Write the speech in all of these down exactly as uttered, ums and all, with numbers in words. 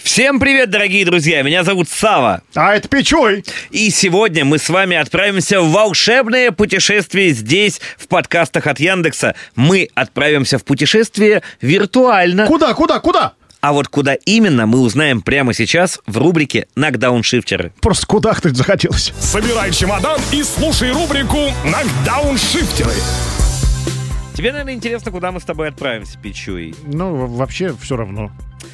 Всем привет, дорогие друзья! Меня зовут Сава. А это Пичуй. И сегодня мы с вами отправимся в волшебное путешествие здесь, в подкастах от Яндекса. Мы отправимся в путешествие виртуально. Куда, куда, куда? А вот куда именно, мы узнаем прямо сейчас в рубрике «Нокдауншифтеры». Просто кудахтать захотелось. Собирай чемодан и слушай рубрику «Нокдауншифтеры». Тебе, наверное, интересно, куда мы с тобой отправимся, Пичуй. Ну, вообще все равно.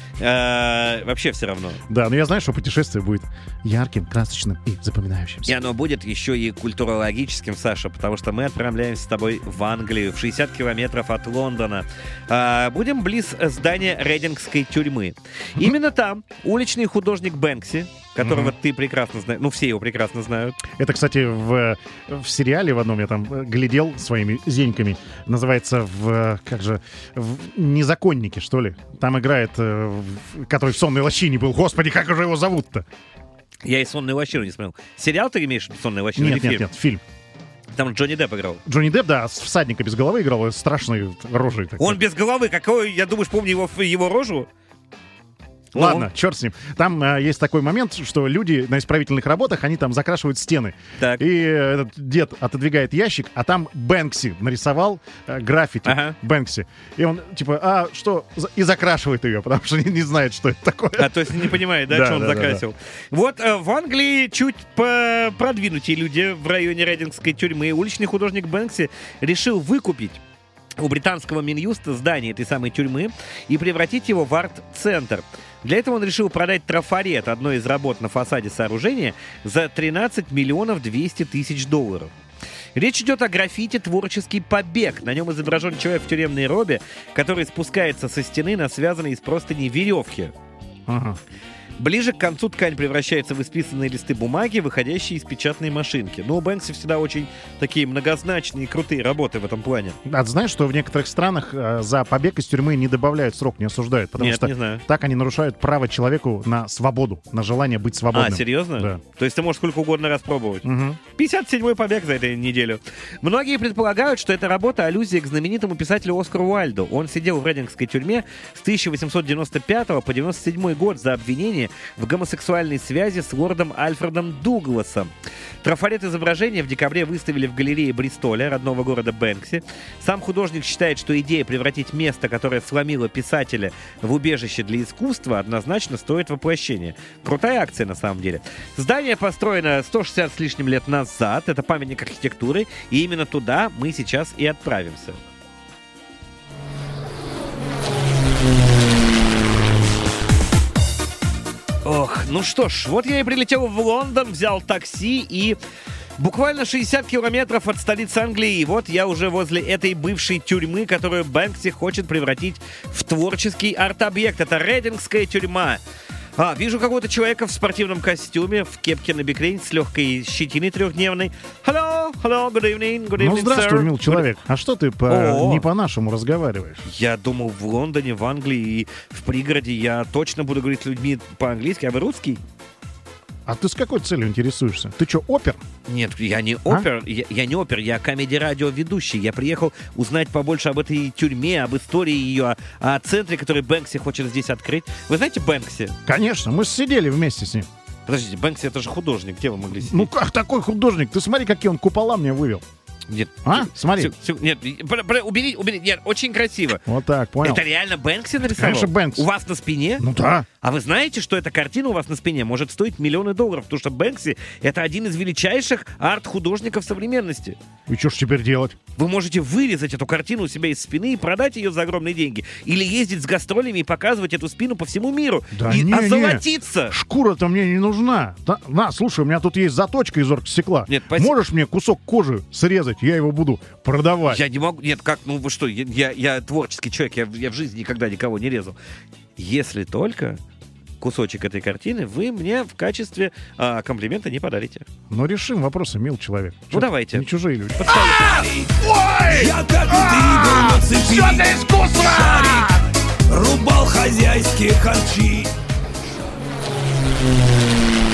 Э, вообще все равно. Да, но я знаю, что путешествие будет ярким, красочным и запоминающимся. И оно будет еще и культурологическим, Саша, потому что мы отправляемся с тобой в Англию, в шестьдесят километров от Лондона. А, будем близ здания Рейдингской тюрьмы. Именно там уличный художник Бэнкси, которого mm-hmm. ты прекрасно знаешь, ну все его прекрасно знают. Это, кстати, в, в сериале в одном я там глядел своими зеньками. Называется в, как же, в «Незаконники», что ли. Там играет, который в «Сонной лощине» был. Господи, как же его зовут-то? Я и «Сонную лощину» не смотрел. Сериал ты имеешь в виду «Сонную лощину» нет, или нет, фильм? нет, фильм. Там Джонни Депп играл. Джонни Депп, да, всадника без головы играл, страшной рожей. Такой. Он без головы, какой, я думаю, помню его, его рожу? Ладно, ну. черт с ним. Там а, есть такой момент, что люди на исправительных работах, они там закрашивают стены. Так. И этот дед отодвигает ящик, а там Бэнкси нарисовал э, граффити. Ага. Бэнкси. И он типа, а что? И закрашивает ее, потому что не, не знает, что это такое. А то есть не понимает, да, да, что он да, закрасил. Да, да. Вот э, в Англии чуть по продвинутые люди в районе Рейдингской тюрьмы. Уличный художник Бэнкси решил выкупить у британского Минюста здание этой самой тюрьмы и превратить его в арт-центр. Для этого он решил продать трафарет одной из работ на фасаде сооружения за тринадцать миллионов двести тысяч долларов. Речь идет о граффити «Творческий побег». На нем изображен человек в тюремной робе, который спускается со стены на связанной из простыни веревки. Ага. Ближе к концу ткань превращается в исписанные листы бумаги, выходящие из печатной машинки. Но у Бэнкси всегда очень такие многозначные и крутые работы в этом плане. А ты знаешь, что в некоторых странах э, за побег из тюрьмы не добавляют срок, не осуждают? Потому Нет, что не знаю. так они нарушают право человеку на свободу, на желание быть свободным. А, серьезно? Да. То есть ты можешь сколько угодно раз пробовать? Угу. пятьдесят седьмой побег за эту неделю. Многие предполагают, что эта работа аллюзия к знаменитому писателю Оскару Уайльду. Он сидел в Рейдингской тюрьме с тысяча восемьсот девяносто пятого по девяносто седьмой год за обвинение в гомосексуальности связи с лордом Альфредом Дугласом. Трафарет изображения в декабре выставили в галерее Бристоля, родного города Бэнкси. Сам художник считает, что идея превратить место, которое сломило писателя, в убежище для искусства, однозначно стоит воплощения. Крутая акция на самом деле. Здание построено сто шестьдесят с лишним лет назад. Это памятник архитектуры. И именно туда мы сейчас и отправимся. Ох, ну что ж, вот я и прилетел в Лондон, взял такси и буквально шестьдесят километров от столицы Англии. И вот я уже возле этой бывшей тюрьмы, которую Бэнкси хочет превратить в творческий арт-объект. Это Рейдингская тюрьма. А, вижу какого-то человека в спортивном костюме, в кепке на бикрень с легкой щетиной трехдневной. Hello, hello, good evening, good evening, Ну, здравствуй, sir. мил человек. А что ты по... О. не по-нашему разговариваешь? Я думал, в Лондоне, в Англии и в пригороде я точно буду говорить с людьми по-английски, а вы русский? А ты с какой целью интересуешься? Ты что, опер? Нет, я не опер, а? я, я не опер, я комеди-радио-ведущий. Я приехал узнать побольше об этой тюрьме, об истории ее, о центре, который Бэнкси хочет здесь открыть. Вы знаете Бэнкси? Конечно, мы же сидели вместе с ним. Подождите, Бэнкси это же художник, где вы могли сидеть? Ну как такой художник? Ты смотри, какие он купола мне вывел. Нет, А? Смотри. Сю, сю, нет, про, про, убери, убери. Нет, очень красиво. Вот так, понял. Это реально Бэнкси нарисовал? Конечно, Бэнкси. У вас на спине? Ну да. А вы знаете, что эта картина у вас на спине может стоить миллионы долларов? Потому что Бэнкси — это один из величайших арт-художников современности. И что ж теперь делать? Вы можете вырезать эту картину у себя из спины и продать ее за огромные деньги. Или ездить с гастролями и показывать эту спину по всему миру. Да и не, озолотиться. Не. Шкура-то мне не нужна. Да, на, слушай, у меня тут есть заточка из оргстекла. Нет, спасибо. Можешь мне кусок кожи срезать? Я его буду продавать. Я не могу. Нет, как? Ну вы что? Я, я, я творческий человек. Я, я в жизни никогда никого не резал. Если только кусочек этой картины вы мне в качестве а, комплимента не подарите. Ну, решим вопросы, мил человек. Ну, давайте. Не чужие люди. Ой! Я как ты был на цепи. Все это искусство! Шарик рубал хозяйские харчи.